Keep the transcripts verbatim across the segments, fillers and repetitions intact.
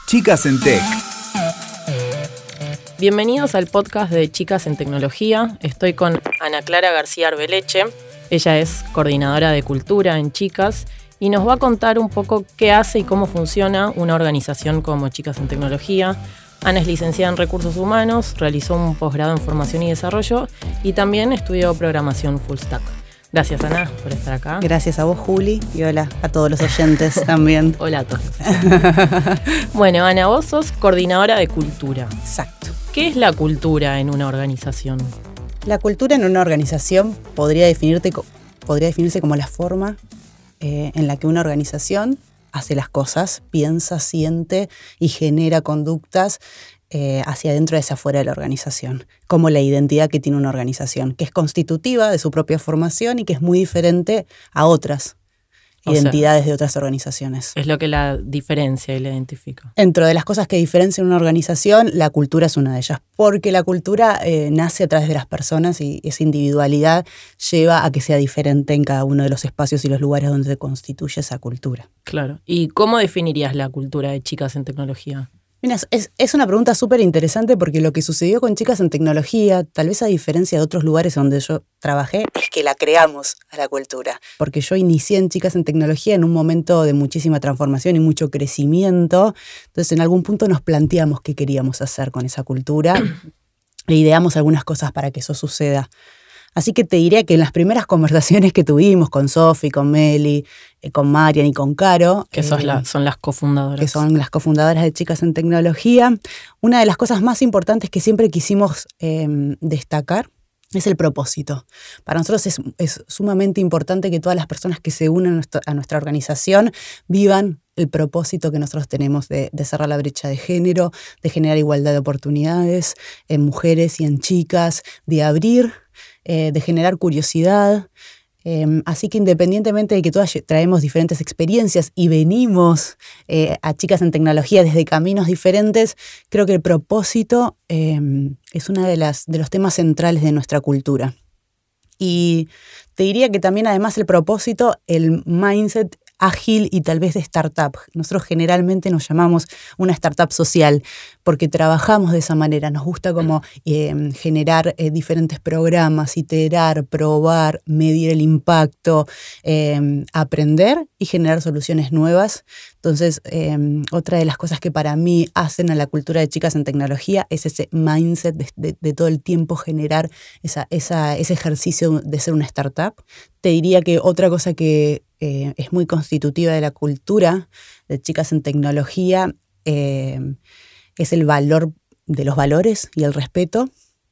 Chicas en Tech. Bienvenidos al podcast de Chicas en Tecnología. Estoy con Ana Clara García Arbeleche. Ella es coordinadora de cultura en Chicas y nos va a contar un poco qué hace y cómo funciona una organización como Chicas en Tecnología. Ana es licenciada en Recursos Humanos, realizó un posgrado en Formación y Desarrollo y también estudió programación full stack. Gracias, Ana, por estar acá. Gracias a vos, Juli, y hola a todos los oyentes también. Hola a todos. Bueno, Ana, vos sos coordinadora de cultura. Exacto. ¿Qué es la cultura en una organización? La cultura en una organización podría, definirte, podría definirse como la forma eh, en la que una organización hace las cosas, piensa, siente y genera conductas eh, hacia adentro y hacia afuera de la organización, como la identidad que tiene una organización, que es constitutiva de su propia formación y que es muy diferente a otras o identidades sea, de otras organizaciones. Es lo que la diferencia y la identifica. Dentro de las cosas que diferencian una organización, la cultura es una de ellas, porque la cultura eh, nace a través de las personas y esa individualidad lleva a que sea diferente en cada uno de los espacios y los lugares donde se constituye esa cultura. Claro. ¿Y cómo definirías la cultura de Chicas en Tecnología? Mira, es, es una pregunta súper interesante porque lo que sucedió con Chicas en Tecnología, tal vez a diferencia de otros lugares donde yo trabajé, es que la creamos a la cultura. Porque yo inicié en Chicas en Tecnología en un momento de muchísima transformación y mucho crecimiento. Entonces, en algún punto nos planteamos qué queríamos hacer con esa cultura e ideamos algunas cosas para que eso suceda. Así que te diría que en las primeras conversaciones que tuvimos con Sofi, con Meli, eh, con Marian y con Caro, que son, eh, la, son las cofundadoras. Que son las cofundadoras de Chicas en Tecnología, una de las cosas más importantes que siempre quisimos eh, destacar es el propósito. Para nosotros es, es sumamente importante que todas las personas que se unen a nuestra, a nuestra organización vivan el propósito que nosotros tenemos de, de cerrar la brecha de género, de generar igualdad de oportunidades en mujeres y en chicas, de abrir, eh, de generar curiosidad. Eh, así que independientemente de que todas traemos diferentes experiencias y venimos eh, a Chicas en Tecnología desde caminos diferentes, creo que el propósito eh, es uno de, las, de los temas centrales de nuestra cultura. Y te diría que también además el propósito, el mindset ágil y tal vez de startup. Nosotros generalmente nos llamamos una startup social porque trabajamos de esa manera. Nos gusta como eh, generar eh, diferentes programas, iterar, probar, medir el impacto, eh, aprender y generar soluciones nuevas. Entonces, eh, otra de las cosas que para mí hacen a la cultura de Chicas en Tecnología es ese mindset de, de, de todo el tiempo generar esa, esa, ese ejercicio de ser una startup. Te diría que otra cosa que eh, es muy constitutiva de la cultura de Chicas en Tecnología eh, es el valor de los valores y el respeto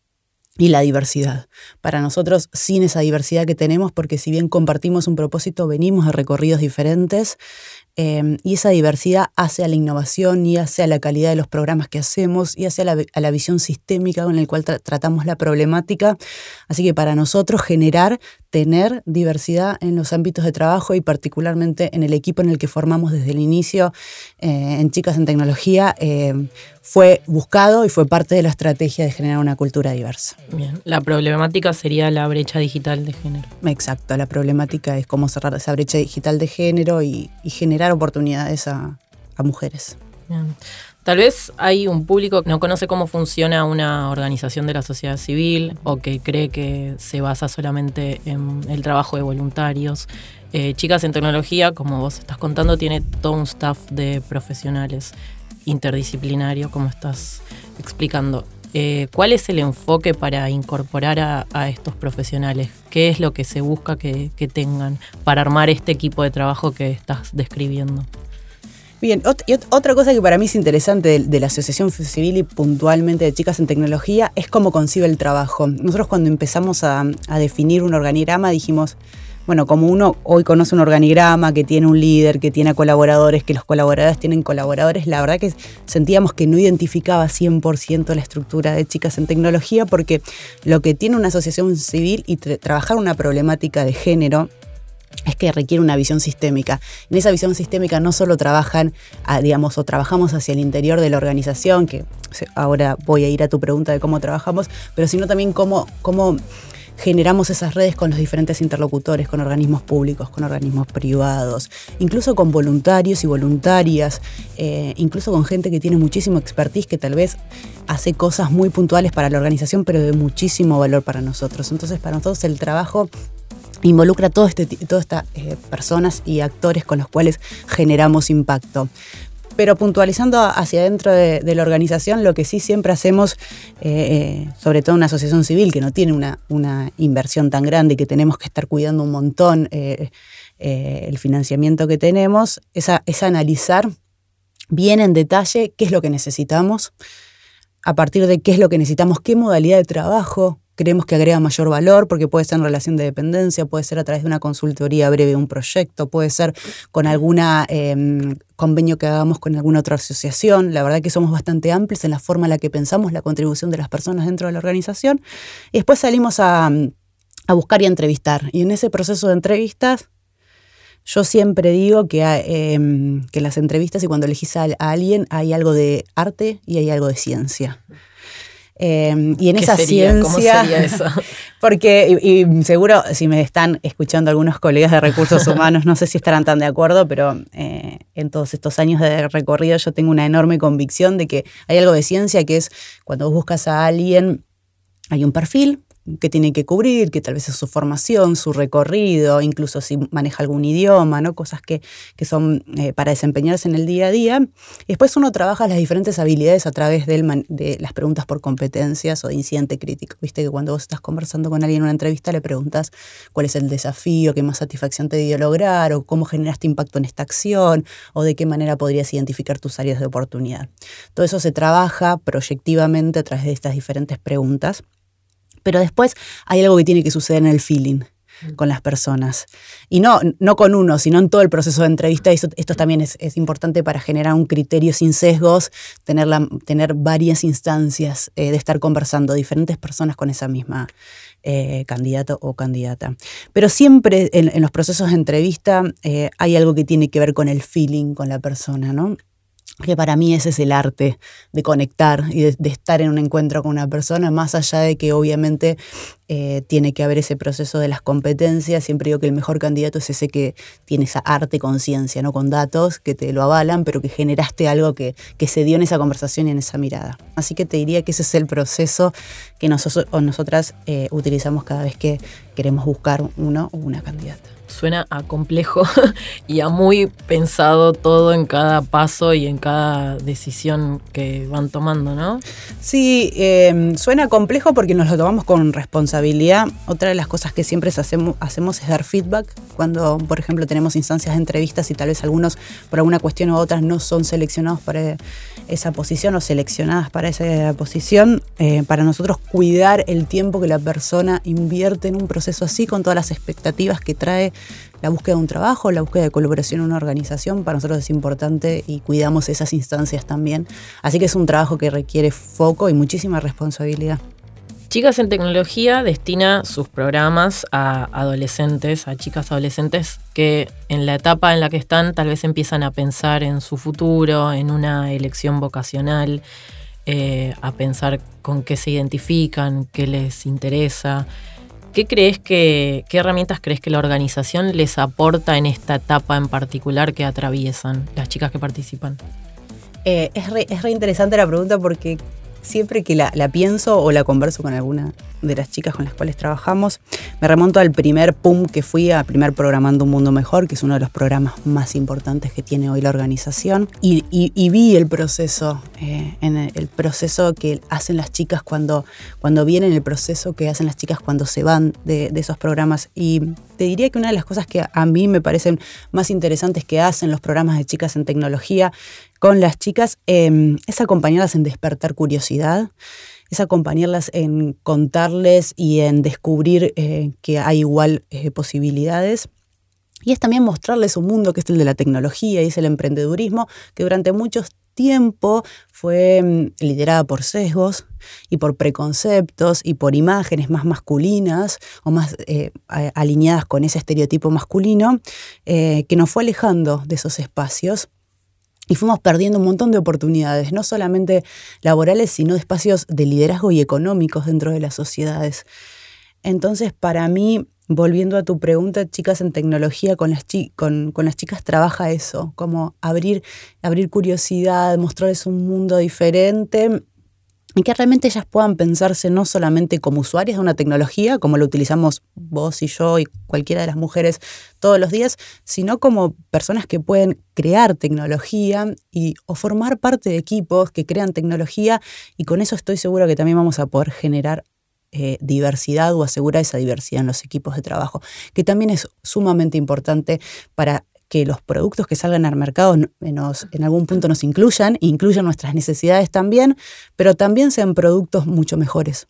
y la diversidad. Para nosotros, sin esa diversidad que tenemos, porque si bien compartimos un propósito, venimos de recorridos diferentes, eh, y esa diversidad hace a la innovación y hace a la calidad de los programas que hacemos y hace a la, a la visión sistémica con la cual tra- tratamos la problemática. Así que para nosotros generar, tener diversidad en los ámbitos de trabajo y particularmente en el equipo en el que formamos desde el inicio eh, en Chicas en Tecnología, eh, fue buscado y fue parte de la estrategia de generar una cultura diversa. Bien, la problemática sería la brecha digital de género. Exacto, la problemática es cómo cerrar esa brecha digital de género y, y generar oportunidades a, a mujeres. Bien. Tal vez hay un público que no conoce cómo funciona una organización de la sociedad civil o que cree que se basa solamente en el trabajo de voluntarios. Eh, Chicas en Tecnología, como vos estás contando, tiene todo un staff de profesionales interdisciplinario, como estás explicando. Eh, ¿Cuál es el enfoque para incorporar a, a estos profesionales? ¿Qué es lo que se busca que, que tengan para armar este equipo de trabajo que estás describiendo? Bien, ot- y ot- otra cosa que para mí es interesante de, de la Asociación Civil y puntualmente de Chicas en Tecnología es cómo concibe el trabajo. Nosotros cuando empezamos a, a definir un organigrama dijimos, bueno, como uno hoy conoce un organigrama que tiene un líder, que tiene colaboradores, que los colaboradores tienen colaboradores, la verdad que sentíamos que no identificaba cien por ciento la estructura de Chicas en Tecnología porque lo que tiene una asociación civil y tra- trabajar una problemática de género es que requiere una visión sistémica. En esa visión sistémica no solo trabajan, digamos, o trabajamos hacia el interior de la organización, que ahora voy a ir a tu pregunta de cómo trabajamos, pero sino también cómo, cómo generamos esas redes con los diferentes interlocutores, con organismos públicos, con organismos privados, incluso con voluntarios y voluntarias, eh, incluso con gente que tiene muchísimo expertise, que tal vez hace cosas muy puntuales para la organización, pero de muchísimo valor para nosotros. Entonces, para nosotros el trabajo involucra a todo este, todas estas eh, personas y actores con los cuales generamos impacto. Pero puntualizando hacia adentro de, de la organización, lo que sí siempre hacemos, eh, sobre todo una asociación civil que no tiene una, una inversión tan grande y que tenemos que estar cuidando un montón eh, eh, el financiamiento que tenemos, es, a, es analizar bien en detalle qué es lo que necesitamos, a partir de qué es lo que necesitamos, qué modalidad de trabajo creemos que agrega mayor valor, porque puede ser en relación de dependencia, puede ser a través de una consultoría breve de un proyecto, puede ser con algún eh, convenio que hagamos con alguna otra asociación. La verdad que somos bastante amplios en la forma en la que pensamos la contribución de las personas dentro de la organización. Y después salimos a, a buscar y a entrevistar. Y en ese proceso de entrevistas, yo siempre digo que, eh, que en las entrevistas y cuando elegís a, a alguien hay algo de arte y hay algo de ciencia. Eh, y en esa sería? ciencia, ¿Cómo sería eso? Porque, y, y seguro si me están escuchando algunos colegas de recursos humanos, no sé si estarán tan de acuerdo, pero eh, en todos estos años de recorrido yo tengo una enorme convicción de que hay algo de ciencia que es cuando vos buscas a alguien, hay un perfil que tiene que cubrir, que tal vez es su formación, su recorrido, incluso si maneja algún idioma, ¿no? Cosas que, que son eh, para desempeñarse en el día a día. Y después uno trabaja las diferentes habilidades a través del man, de las preguntas por competencias o de incidente crítico. Viste que cuando vos estás conversando con alguien en una entrevista le preguntas cuál es el desafío, qué más satisfacción te dio lograr, o cómo generaste impacto en esta acción, o de qué manera podrías identificar tus áreas de oportunidad. Todo eso se trabaja proyectivamente a través de estas diferentes preguntas. Pero después hay algo que tiene que suceder en el feeling con las personas. Y no, no con uno, sino en todo el proceso de entrevista. Eso, esto también es, es importante para generar un criterio sin sesgos, tener, la, tener varias instancias eh, de estar conversando, diferentes personas con esa misma eh, candidato o candidata. Pero siempre en, en los procesos de entrevista eh, hay algo que tiene que ver con el feeling con la persona, ¿no? Que para mí ese es el arte de conectar y de, de estar en un encuentro con una persona, más allá de que obviamente eh, tiene que haber ese proceso de las competencias. Siempre digo que el mejor candidato es ese que tiene esa arte conciencia, ¿no? Con datos que te lo avalan, pero que generaste algo que, que se dio en esa conversación y en esa mirada. Así que te diría que ese es el proceso que nosotros o nosotras eh, utilizamos cada vez que queremos buscar uno o una candidata. Suena a complejo y a muy pensado todo en cada paso y en cada decisión que van tomando, ¿no? Sí, eh, suena complejo porque nos lo tomamos con responsabilidad. Otra de las cosas que siempre hacemos, hacemos es dar feedback. Cuando, por ejemplo, tenemos instancias de entrevistas y tal vez algunos, por alguna cuestión u otras, no son seleccionados para esa posición o seleccionadas para esa posición, eh, para nosotros cuidar el tiempo que la persona invierte en un proceso así, con todas las expectativas que trae la búsqueda de un trabajo, la búsqueda de colaboración en una organización, para nosotros es importante y cuidamos esas instancias también. Así que es un trabajo que requiere foco y muchísima responsabilidad. Chicas en Tecnología destina sus programas a adolescentes, a chicas adolescentes que en la etapa en la que están tal vez empiezan a pensar en su futuro, en una elección vocacional, eh, a pensar con qué se identifican, qué les interesa. ¿Qué crees que, qué herramientas crees que la organización les aporta en esta etapa en particular que atraviesan las chicas que participan? Eh, es, re, es re interesante la pregunta porque siempre que la, la pienso o la converso con alguna de las chicas con las cuales trabajamos, me remonto al primer P U M que fui, al primer Programando un Mundo Mejor, que es uno de los programas más importantes que tiene hoy la organización, y, y, y vi el proceso, eh, en el, el proceso que hacen las chicas cuando, cuando vienen, el proceso que hacen las chicas cuando se van de, de esos programas. Y te diría que una de las cosas que a mí me parecen más interesantes que hacen los programas de Chicas en Tecnología con las chicas eh, es acompañarlas en despertar curiosidad, es acompañarlas en contarles y en descubrir eh, que hay igual eh, posibilidades. Y es también mostrarles un mundo que es el de la tecnología y es el emprendedurismo, que durante mucho tiempo fue mm, liderada por sesgos y por preconceptos y por imágenes más masculinas o más eh, alineadas con ese estereotipo masculino, eh, que nos fue alejando de esos espacios. Y fuimos perdiendo un montón de oportunidades, no solamente laborales, sino de espacios de liderazgo y económicos dentro de las sociedades. Entonces, para mí, volviendo a tu pregunta, Chicas en Tecnología, con las, chi- con, con las chicas trabaja eso, como abrir, abrir curiosidad, mostrarles un mundo diferente y que realmente ellas puedan pensarse no solamente como usuarias de una tecnología, como lo utilizamos vos y yo y cualquiera de las mujeres todos los días, sino como personas que pueden crear tecnología y, o formar parte de equipos que crean tecnología, y con eso estoy segura que también vamos a poder generar eh, diversidad o asegurar esa diversidad en los equipos de trabajo, que también es sumamente importante para que los productos que salgan al mercado nos, en algún punto nos incluyan, incluyan nuestras necesidades también, pero también sean productos mucho mejores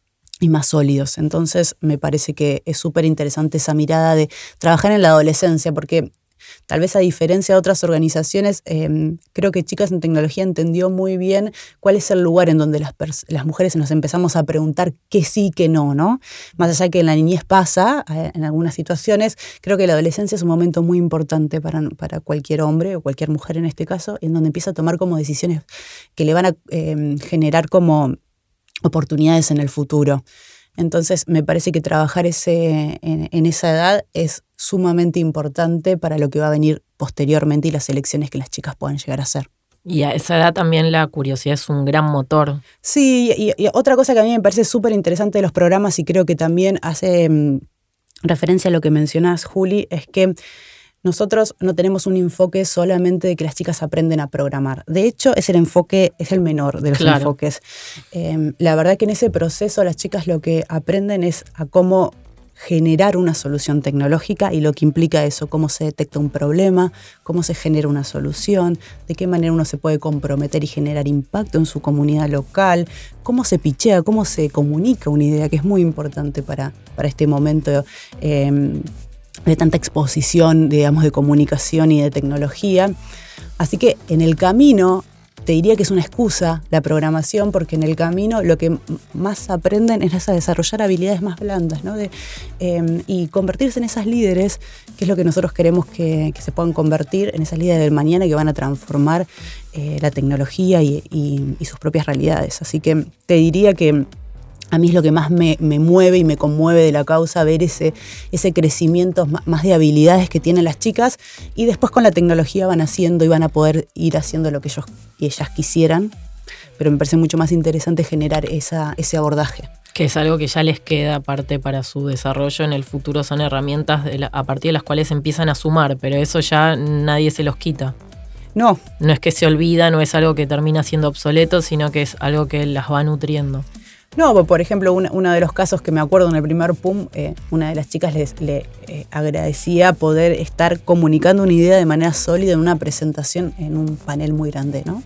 y más sólidos. Entonces me parece que es súper interesante esa mirada de trabajar en la adolescencia, porque tal vez a diferencia de otras organizaciones, eh, creo que Chicas en Tecnología entendió muy bien cuál es el lugar en donde las, pers- las mujeres nos empezamos a preguntar qué sí, qué no, ¿no? Más allá de que en la niñez pasa, eh, en algunas situaciones, creo que la adolescencia es un momento muy importante para, para cualquier hombre o cualquier mujer en este caso, en donde empieza a tomar como decisiones que le van a eh, generar como oportunidades en el futuro. Entonces, me parece que trabajar ese, en, en esa edad es sumamente importante para lo que va a venir posteriormente y las elecciones que las chicas puedan llegar a hacer. Y a esa edad también la curiosidad es un gran motor. Sí, y, y otra cosa que a mí me parece súper interesante de los programas, y creo que también hace um, referencia a lo que mencionás, Juli, es que nosotros no tenemos un enfoque solamente de que las chicas aprenden a programar. De hecho, es el enfoque, es el menor de los Claro. enfoques. Eh, la verdad que en ese proceso las chicas lo que aprenden es a cómo generar una solución tecnológica y lo que implica eso, cómo se detecta un problema, cómo se genera una solución, de qué manera uno se puede comprometer y generar impacto en su comunidad local, cómo se pichea, cómo se comunica una idea, que es muy importante para, para este momento eh, de tanta exposición, digamos, de comunicación y de tecnología. Así que en el camino, te diría que es una excusa la programación, porque en el camino lo que más aprenden es a desarrollar habilidades más blandas, ¿no? De, eh, y convertirse en esas líderes, que es lo que nosotros queremos que, que se puedan convertir, en esas líderes del mañana que van a transformar eh, la tecnología y, y, y sus propias realidades. Así que te diría que a mí es lo que más me, me mueve y me conmueve de la causa, ver ese, ese crecimiento más de habilidades que tienen las chicas, y después con la tecnología van haciendo y van a poder ir haciendo lo que ellos y ellas quisieran, pero me parece mucho más interesante generar esa, ese abordaje. Que es algo que ya les queda aparte para su desarrollo en el futuro, son herramientas de la, a partir de las cuales empiezan a sumar, pero eso ya nadie se los quita. No. No es que se olvida, no es algo que termina siendo obsoleto, sino que es algo que las va nutriendo. No, por ejemplo, una, uno de los casos que me acuerdo en el primer P U M, eh, una de las chicas les, le eh, agradecía poder estar comunicando una idea de manera sólida en una presentación en un panel muy grande, ¿no?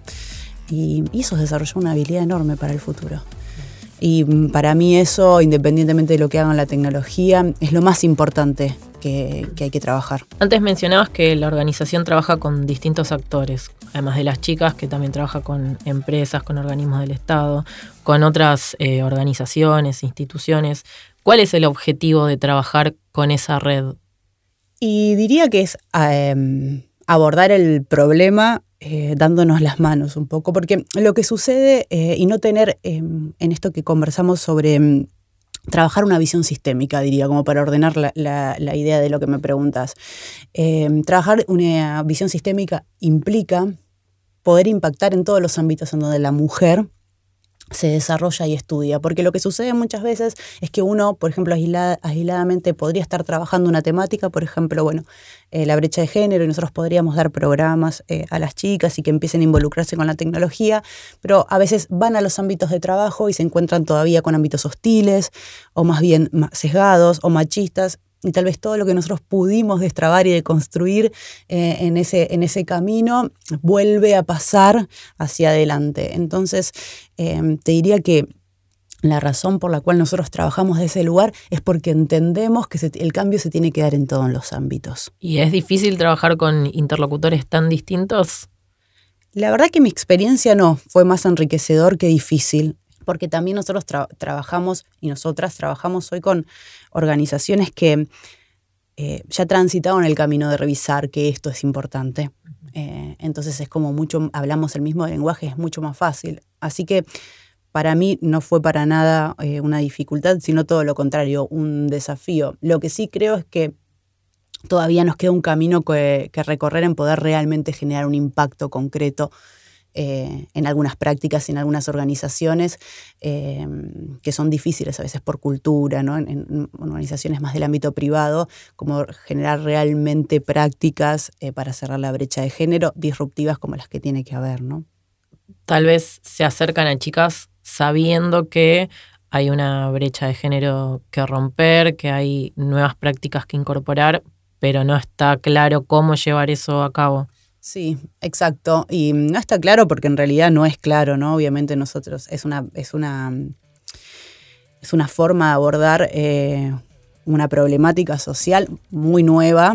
Y, y eso desarrolló una habilidad enorme para el futuro. Y para mí eso, independientemente de lo que hagan la tecnología, es lo más importante que, que hay que trabajar. Antes mencionabas que la organización trabaja con distintos actores, además de las chicas, que también trabaja con empresas, con organismos del Estado, con otras eh, organizaciones, instituciones. ¿Cuál es el objetivo de trabajar con esa red? Y diría que es eh, abordar el problema Eh, dándonos las manos un poco, porque lo que sucede eh, y no tener eh, en esto que conversamos sobre eh, trabajar una visión sistémica, diría, como para ordenar la, la, la idea de lo que me preguntas. Eh, trabajar una visión sistémica implica poder impactar en todos los ámbitos en donde la mujer se desarrolla y estudia, porque lo que sucede muchas veces es que uno, por ejemplo, aislada, aisladamente podría estar trabajando una temática, por ejemplo, bueno, eh, la brecha de género, y nosotros podríamos dar programas eh, a las chicas y que empiecen a involucrarse con la tecnología, pero a veces van a los ámbitos de trabajo y se encuentran todavía con ámbitos hostiles, o más bien sesgados o machistas, y tal vez todo lo que nosotros pudimos destrabar y deconstruir eh, en, ese, en ese camino vuelve a pasar hacia adelante. Entonces, eh, te diría que la razón por la cual nosotros trabajamos de ese lugar es porque entendemos que se, el cambio se tiene que dar en todos los ámbitos. ¿Y es difícil trabajar con interlocutores tan distintos? La verdad que mi experiencia no, fue más enriquecedor que difícil, porque también nosotros tra- trabajamos y nosotras trabajamos hoy con organizaciones que eh, ya transitaron el camino de revisar que esto es importante. Eh, entonces es como mucho, hablamos el mismo lenguaje, es mucho más fácil. Así que para mí no fue para nada eh, una dificultad, sino todo lo contrario, un desafío. Lo que sí creo es que todavía nos queda un camino que, que recorrer en poder realmente generar un impacto concreto eh, en algunas prácticas y en algunas organizaciones eh, que son difíciles a veces por cultura, ¿no? En, en organizaciones más del ámbito privado, como generar realmente prácticas eh, para cerrar la brecha de género disruptivas como las que tiene que haber, ¿no? Tal vez se acercan a chicas sabiendo que hay una brecha de género que romper, que hay nuevas prácticas que incorporar, pero no está claro cómo llevar eso a cabo. Sí, exacto. Y no está claro porque en realidad no es claro, ¿no? Obviamente nosotros, es una, es una, es una forma de abordar eh, una problemática social muy nueva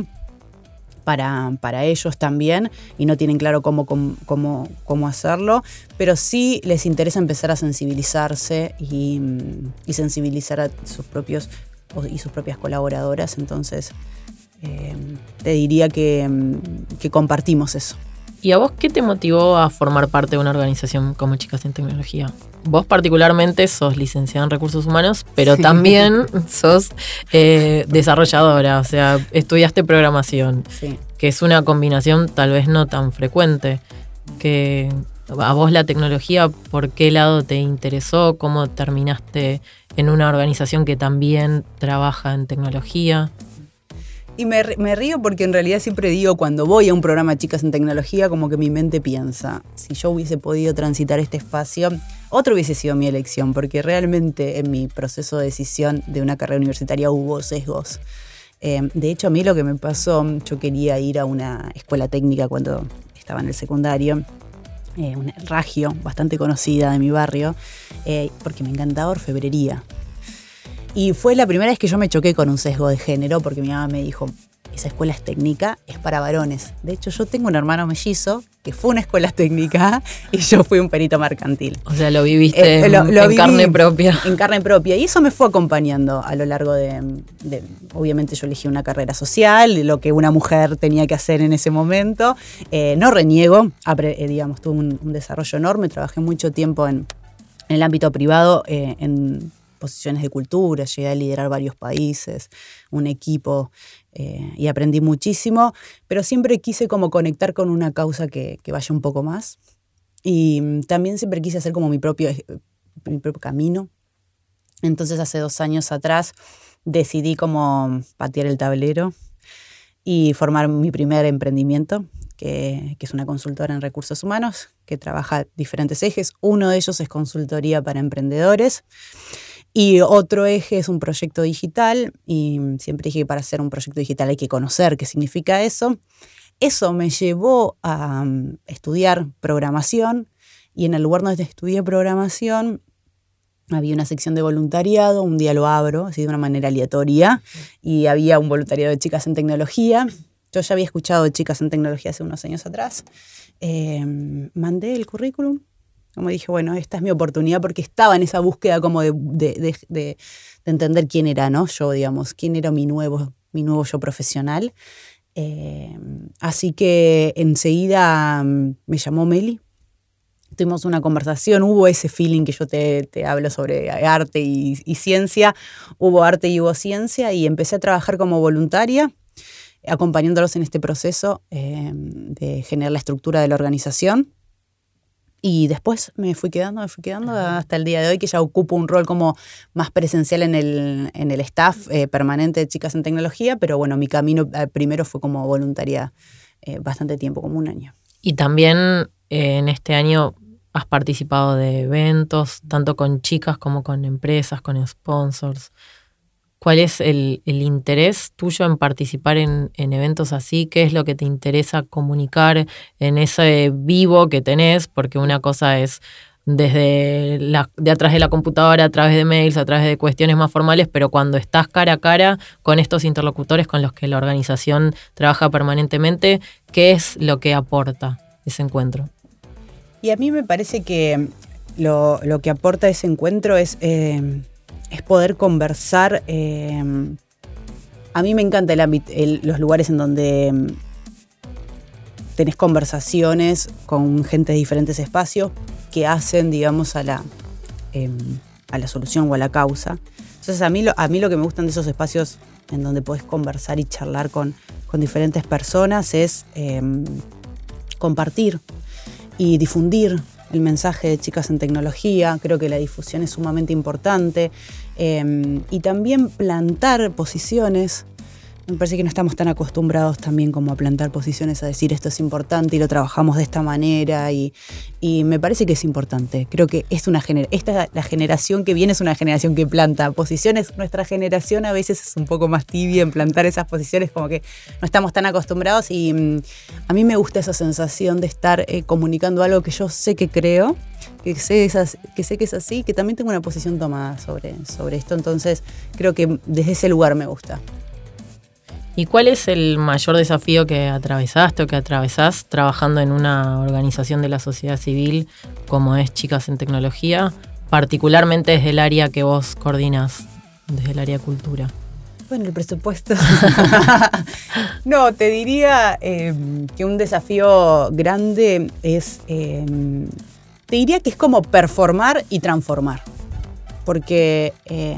para, para ellos también, y no tienen claro cómo, cómo, cómo hacerlo, pero sí les interesa empezar a sensibilizarse y, y sensibilizar a sus propios y sus propias colaboradoras. Entonces, Eh, te diría que, que compartimos eso. ¿Y a vos qué te motivó a formar parte de una organización como Chicas en Tecnología? Vos particularmente sos licenciada en Recursos Humanos, pero sí. también sos eh, desarrolladora, o sea, estudiaste programación, sí. que es una combinación tal vez no tan frecuente. Que a vos la tecnología, ¿por qué lado te interesó? ¿Cómo terminaste en una organización que también trabaja en tecnología? Y me, me río porque en realidad siempre digo, cuando voy a un programa de Chicas en Tecnología, como que mi mente piensa, si yo hubiese podido transitar este espacio, otro hubiese sido mi elección, porque realmente en mi proceso de decisión de una carrera universitaria hubo sesgos. Eh, de hecho, a mí lo que me pasó, yo quería ir a una escuela técnica cuando estaba en el secundario, eh, una Ragio, bastante conocida de mi barrio, eh, porque me encantaba orfebrería. Y fue la primera vez que yo me choqué con un sesgo de género, porque mi mamá me dijo, esa escuela es técnica, es para varones. De hecho, yo tengo un hermano mellizo que fue a una escuela técnica y yo fui un perito mercantil. O sea, lo viviste eh, lo, lo en viví carne propia. En carne propia. Y eso me fue acompañando a lo largo de, de... Obviamente yo elegí una carrera social, lo que una mujer tenía que hacer en ese momento. Eh, no reniego, eh, digamos, tuve un, un desarrollo enorme. Trabajé mucho tiempo en, en el ámbito privado, eh, en posiciones de cultura, llegué a liderar varios países, un equipo, eh, y aprendí muchísimo, pero siempre quise como conectar con una causa que, que vaya un poco más. Y también siempre quise hacer como mi propio, mi propio camino. Entonces hace dos años atrás decidí como patear el tablero y formar mi primer emprendimiento, que, que es una consultora en recursos humanos, que trabaja diferentes ejes. Uno de ellos es consultoría para emprendedores. Y otro eje es un proyecto digital, y siempre dije que para hacer un proyecto digital hay que conocer qué significa eso. Eso me llevó a um, estudiar programación, y en el lugar donde estudié programación había una sección de voluntariado. Un día lo abro, así de una manera aleatoria, y había un voluntariado de Chicas en Tecnología. Yo ya había escuchado de Chicas en Tecnología hace unos años atrás. Eh, mandé el currículum. Como dije, bueno, esta es mi oportunidad, porque estaba en esa búsqueda como de, de, de, de, de entender quién era, ¿no? Yo, digamos, quién era mi nuevo, mi nuevo yo profesional. Eh, así que enseguida um, me llamó Meli. Tuvimos una conversación, hubo ese feeling que yo te, te hablo sobre arte y, y ciencia. Hubo arte y hubo ciencia, y empecé a trabajar como voluntaria, acompañándolos en este proceso eh, de generar la estructura de la organización. Y después me fui quedando, me fui quedando hasta el día de hoy, que ya ocupo un rol como más presencial en el, en el staff eh, permanente de Chicas en Tecnología, pero bueno, mi camino eh, primero fue como voluntaria eh, bastante tiempo, como un año. Y también eh, en este año has participado de eventos, tanto con chicas como con empresas, con sponsors. ¿Cuál es el, el interés tuyo en participar en, en eventos así? ¿Qué es lo que te interesa comunicar en ese vivo que tenés? Porque una cosa es desde la, de atrás de la computadora, a través de mails, a través de cuestiones más formales, pero cuando estás cara a cara con estos interlocutores con los que la organización trabaja permanentemente, ¿qué es lo que aporta ese encuentro? Y a mí me parece que lo, lo que aporta ese encuentro es... Eh, es poder conversar. Eh, a mí me encanta el ámbito, el, los lugares en donde tenés conversaciones con gente de diferentes espacios que hacen, digamos, a la, eh, a la solución o a la causa. Entonces a mí, lo, a mí lo que me gustan de esos espacios en donde podés conversar y charlar con, con diferentes personas es eh, compartir y difundir el mensaje de Chicas en Tecnología. Creo que la difusión es sumamente importante, eh, y también plantar posiciones. Me parece que no estamos tan acostumbrados también como a plantar posiciones, a decir esto es importante y lo trabajamos de esta manera, y, y me parece que es importante. Creo que es una gener- esta, la generación que viene es una generación que planta posiciones. Nuestra generación a veces es un poco más tibia en plantar esas posiciones, como que no estamos tan acostumbrados, y mm, a mí me gusta esa sensación de estar eh, comunicando algo que yo sé que creo, que sé, esas, que sé que es así, que también tengo una posición tomada sobre, sobre esto. Entonces creo que desde ese lugar me gusta. ¿Y cuál es el mayor desafío que atravesaste o que atravesás trabajando en una organización de la sociedad civil como es Chicas en Tecnología, particularmente desde el área que vos coordinas, desde el área cultura? Bueno, el presupuesto. No, te diría eh, que un desafío grande es, eh, te diría que es como performar y transformar. Porque eh,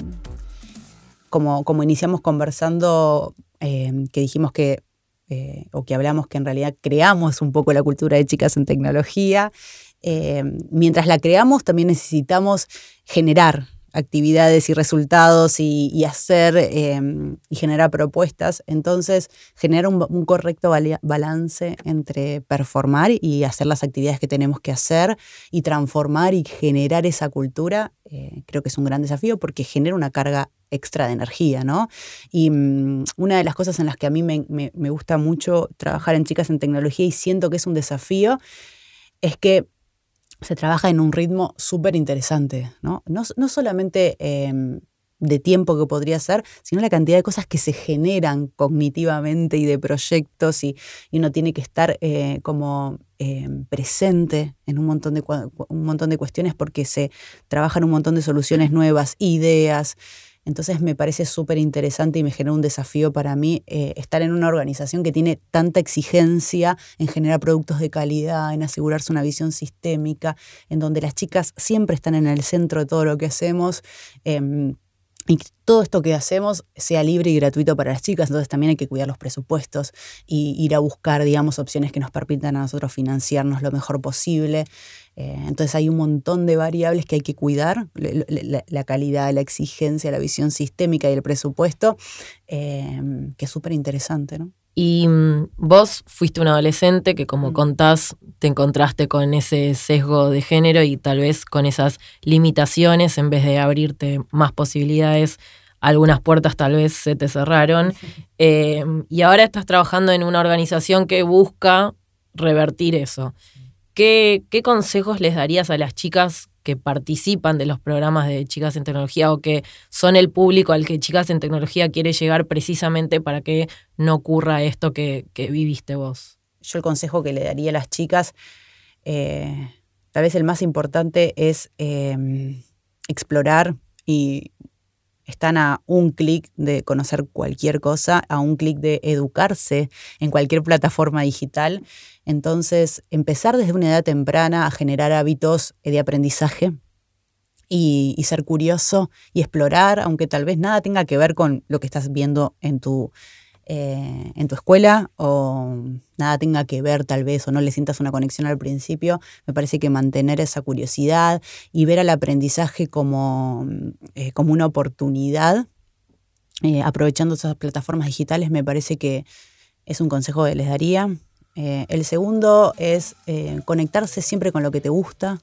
Como, como iniciamos conversando, eh, que dijimos que, eh, o que hablamos que en realidad creamos un poco la cultura de Chicas en Tecnología, eh, mientras la creamos también necesitamos generar actividades y resultados y, y hacer eh, y generar propuestas. Entonces, generar un, un correcto balance entre performar y hacer las actividades que tenemos que hacer y transformar y generar esa cultura, eh, creo que es un gran desafío porque genera una carga extra de energía, ¿no? Y um, una de las cosas en las que a mí me, me, me gusta mucho trabajar en Chicas en Tecnología y siento que es un desafío es que se trabaja en un ritmo súper interesante, ¿no? No, no solamente eh, de tiempo que podría ser, sino la cantidad de cosas que se generan cognitivamente y de proyectos, y, y uno tiene que estar eh, como eh, presente en un montón, de, un montón de cuestiones porque se trabajan un montón de soluciones nuevas, ideas. Entonces me parece súper interesante y me genera un desafío para mí eh, estar en una organización que tiene tanta exigencia en generar productos de calidad, en asegurarse una visión sistémica, en donde las chicas siempre están en el centro de todo lo que hacemos, eh, y que todo esto que hacemos sea libre y gratuito para las chicas. Entonces también hay que cuidar los presupuestos y ir a buscar, digamos, opciones que nos permitan a nosotros financiarnos lo mejor posible. Eh, entonces hay un montón de variables que hay que cuidar, la, la, la calidad, la exigencia, la visión sistémica y el presupuesto, eh, que es súper interesante, ¿no? Y um, vos fuiste un adolescente que, como contás, te encontraste con ese sesgo de género y tal vez con esas limitaciones, en vez de abrirte más posibilidades, algunas puertas tal vez se te cerraron. Eh, y ahora estás trabajando en una organización que busca revertir eso. ¿Qué, qué consejos les darías a las chicas que participan de los programas de Chicas en Tecnología o que son el público al que Chicas en Tecnología quiere llegar precisamente para que no ocurra esto que, que viviste vos? Yo el consejo que le daría a las chicas, eh, tal vez el más importante, es eh, explorar, y están a un clic de conocer cualquier cosa, a un clic de educarse en cualquier plataforma digital. Entonces, empezar desde una edad temprana a generar hábitos de aprendizaje y, y ser curioso y explorar, aunque tal vez nada tenga que ver con lo que estás viendo en tu, eh, en tu escuela, o nada tenga que ver tal vez, o no le sientas una conexión al principio. Me parece que mantener esa curiosidad y ver al aprendizaje como, eh, como una oportunidad, eh, aprovechando esas plataformas digitales, me parece que es un consejo que les daría. Eh, el segundo es eh, conectarse siempre con lo que te gusta.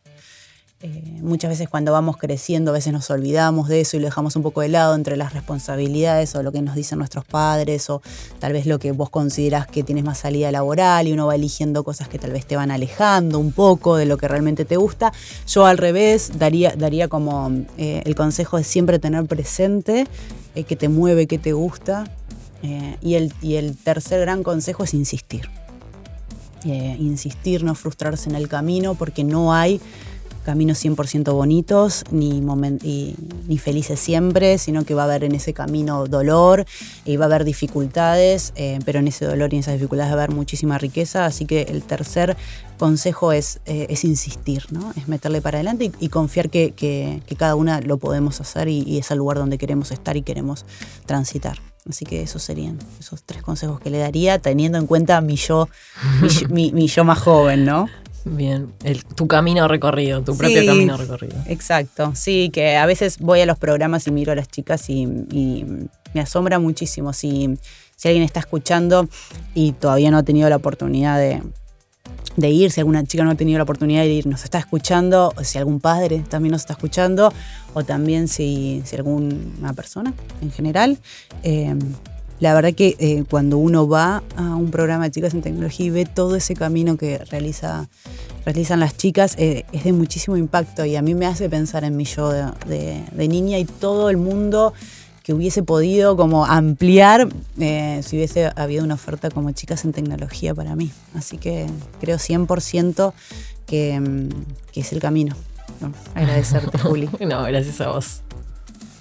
Eh, muchas veces cuando vamos creciendo a veces nos olvidamos de eso y lo dejamos un poco de lado entre las responsabilidades o lo que nos dicen nuestros padres, o tal vez lo que vos considerás que tienes más salida laboral, y uno va eligiendo cosas que tal vez te van alejando un poco de lo que realmente te gusta. Yo al revés daría, daría como eh, el consejo de siempre tener presente eh, qué te mueve, qué te gusta, eh, y, el, y el tercer gran consejo es insistir. Eh, insistir, no frustrarse en el camino, porque no hay caminos cien por ciento bonitos ni, moment- y, ni felices siempre, sino que va a haber en ese camino dolor y va a haber dificultades, eh, pero en ese dolor y en esas dificultades va a haber muchísima riqueza. Así que el tercer consejo es, eh, es insistir, ¿no? Es meterle para adelante y, y confiar que, que, que cada una lo podemos hacer y, y es el lugar donde queremos estar y queremos transitar. Así que esos serían esos tres consejos que le daría, teniendo en cuenta mi yo, mi, mi, mi yo más joven, ¿no? Bien, el, tu camino recorrido, tu sí, propio camino recorrido. Exacto, sí, que a veces voy a los programas y miro a las chicas y, y me asombra muchísimo. Si, si alguien está escuchando y todavía no ha tenido la oportunidad de, de ir, si alguna chica no ha tenido la oportunidad de ir, nos está escuchando, o si algún padre también nos está escuchando, o también si, si alguna persona en general. Eh, La verdad que eh, cuando uno va a un programa de Chicas en Tecnología y ve todo ese camino que realiza, realizan las chicas, eh, es de muchísimo impacto y a mí me hace pensar en mi yo de, de, de niña y todo el mundo que hubiese podido como ampliar eh, si hubiese habido una oferta como Chicas en Tecnología para mí. Así que creo cien por ciento que, que es el camino. No, agradecerte, Juli. No, gracias a vos.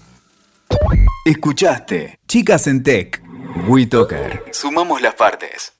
Escuchaste Chicas en Tech, WeToker. Sumamos las partes.